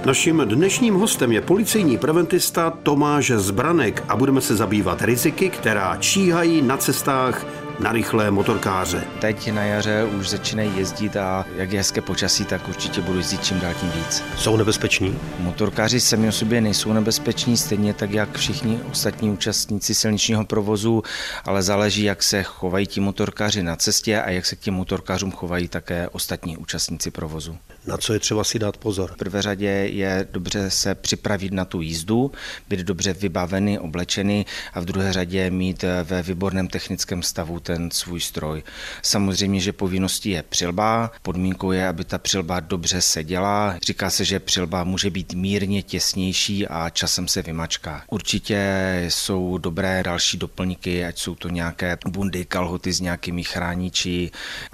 Naším dnešním hostem je policejní preventista Tomáš Zbranek a budeme se zabývat riziky, která číhají na cestách na rychlé motorkáře. Teď na jaře už začínají jezdit a jak je hezké počasí, tak určitě budu jezdit čím dál tím víc. Jsou nebezpeční? Motorkáři sami o sobě nejsou nebezpeční, stejně tak jak všichni ostatní účastníci silničního provozu, ale záleží, jak se chovají ti motorkáři na cestě a jak se k těm motorkářům chovají také ostatní účastníci provozu. Na co je třeba si dát pozor? V prvé řadě je dobře se připravit na tu jízdu, být dobře vybavený, oblečený a v druhé řadě mít ve výborném technickém stavu ten svůj stroj. Samozřejmě, že povinností je přilba, podmínkou je, aby ta přilba dobře seděla. Říká se, že přilba může být mírně těsnější a časem se vymačká. Určitě jsou dobré další doplňky, ať jsou to nějaké bundy, kalhoty s nějakými chrániči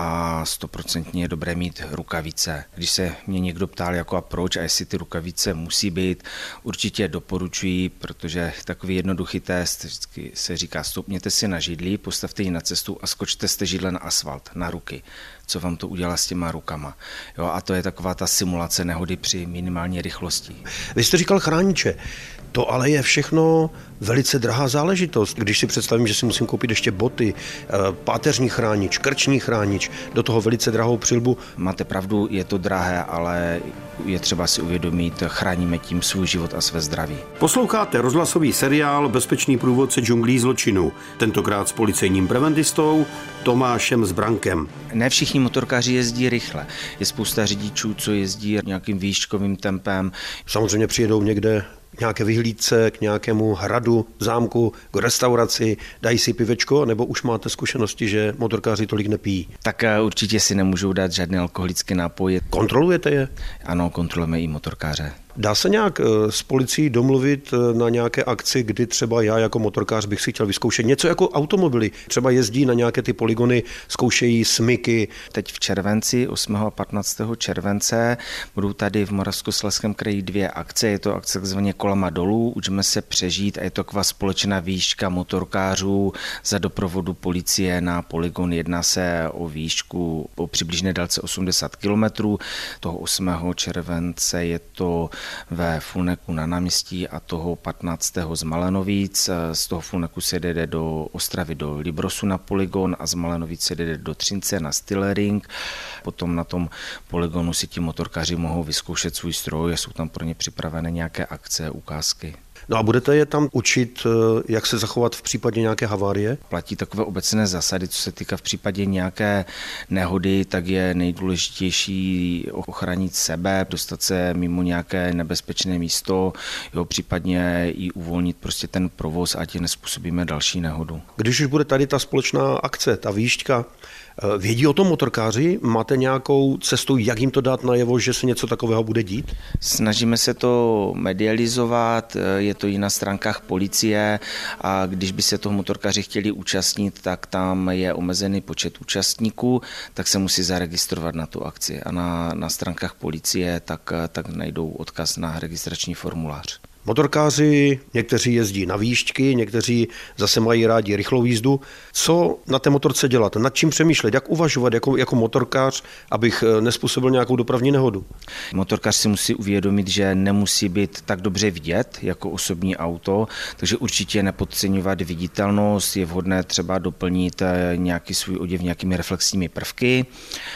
a 100% je dobré mít rukavice. Když se mě někdo ptal, jako a proč a jestli ty rukavice musí být, určitě doporučuji, protože takový jednoduchý test, vždycky se říká, stoupněte si na židli, postavte ji na cestu a skočte z té židle na asfalt, na ruky. Co vám to udělá s těma rukama. Jo, a to je taková ta simulace nehody při minimální rychlosti. Vy jste říkal chrániče. To ale je všechno velice drahá záležitost. Když si představím, že si musím koupit ještě boty, páteřní chránič, krční chránič, do toho velice drahou přilbu. Máte pravdu, je to drahé, ale je třeba si uvědomit, chráníme tím svůj život a své zdraví. Posloucháte rozhlasový seriál Bezpečný průvodce džunglí zločinu, tentokrát s policejním preventistou Tomášem Zbrankem. Ne všichni motorkáři jezdí rychle. Je spousta řidičů, co jezdí nějakým výškovým tempem. Samozřejmě přijedou někde k nějaké vyhlídce, k nějakému hradu, zámku, k restauraci, dají si pivečko, nebo už máte zkušenosti, že motorkáři tolik nepijí? Tak určitě si nemůžou dát žádné alkoholické nápoje. Kontrolujete je? Ano, kontrolujeme i motorkáře. Dá se nějak s policií domluvit na nějaké akci, kdy třeba já jako motorkář bych si chtěl vyzkoušet něco jako automobily? Třeba jezdí na nějaké ty poligony, zkoušejí smyky. Teď v červenci, 8. a 15. července, budou tady v Moravskoslezském kraji 2 akce. Je to akce takzvaně Kolama dolů, učíme se přežít a je to taková společná výška motorkářů za doprovodu policie na poligon. Jedná se o výšku o přibližné délce 80 km. Toho 8. července je to ve Fulneku na náměstí a toho 15. z Malenovic. Z toho Fulneku se jde do Ostravy do Librosu na poligon a z Malenovic se jde do Třince na Stillering. Potom na tom poligonu si ti motorkáři mohou vyzkoušet svůj stroj a jsou tam pro ně připravené nějaké akce, ukázky. No a budete je tam učit, jak se zachovat v případě nějaké havárie? Platí takové obecné zásady, co se týká v případě nějaké nehody, tak je nejdůležitější ochránit sebe, dostat se mimo nějaké nebezpečné místo, jo, případně i uvolnit prostě ten provoz, ať nezpůsobíme další nehodu. Když už bude tady ta společná akce, ta výšťka, vědí o tom motorkáři? Máte nějakou cestu, jak jim to dát najevo, že se něco takového bude dít? Snažíme se to medializovat, je to i na stránkách policie a když by se toho motorkáři chtěli účastnit, tak tam je omezený počet účastníků, tak se musí zaregistrovat na tu akci a na stránkách policie tak najdou odkaz na registrační formulář. Motorkáři, někteří jezdí na výšťky, někteří zase mají rádi rychlou jízdu. Co na té motorce dělat? Nad čím přemýšlet? Jak uvažovat jako motorkář, abych nezpůsobil nějakou dopravní nehodu? Motorkář si musí uvědomit, že nemusí být tak dobře vidět jako osobní auto, takže určitě nepodceňovat viditelnost. Je vhodné třeba doplnit nějaký svůj oděv nějakými reflexními prvky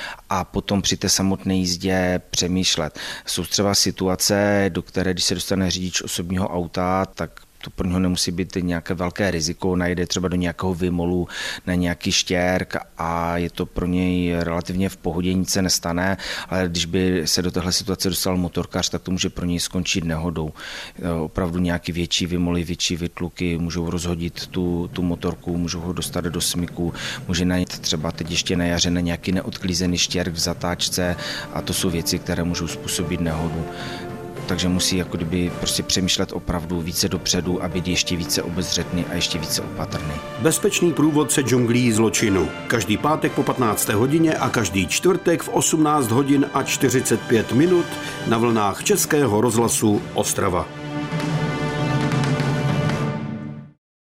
a potom při té samotné jízdě přemýšlet. Jsou třeba situace, do které, když se dostane řidič osobního auta, tak to pro něho nemusí být nějaké velké riziko, najde třeba do nějakého vymolu na nějaký štěrk a je to pro něj relativně v pohodě, nic se nestane, ale když by se do téhle situace dostal motorkář, tak to může pro něj skončit nehodou. Opravdu nějaký větší vymoly, větší vytluky můžou rozhodit tu motorku, můžou ho dostat do smyku, může najít třeba teď ještě na jaře na nějaký neodklízený štěrk v zatáčce a to jsou věci, které můžou způsobit nehodu. Takže musí jako kdyby prostě přemýšlet opravdu více dopředu a být ještě více obezřetný a ještě více opatrný. Bezpečný průvodce džunglí zločinu. Každý pátek po 15. hodině a každý čtvrtek v 18 hodin a 45 minut na vlnách Českého rozhlasu Ostrava.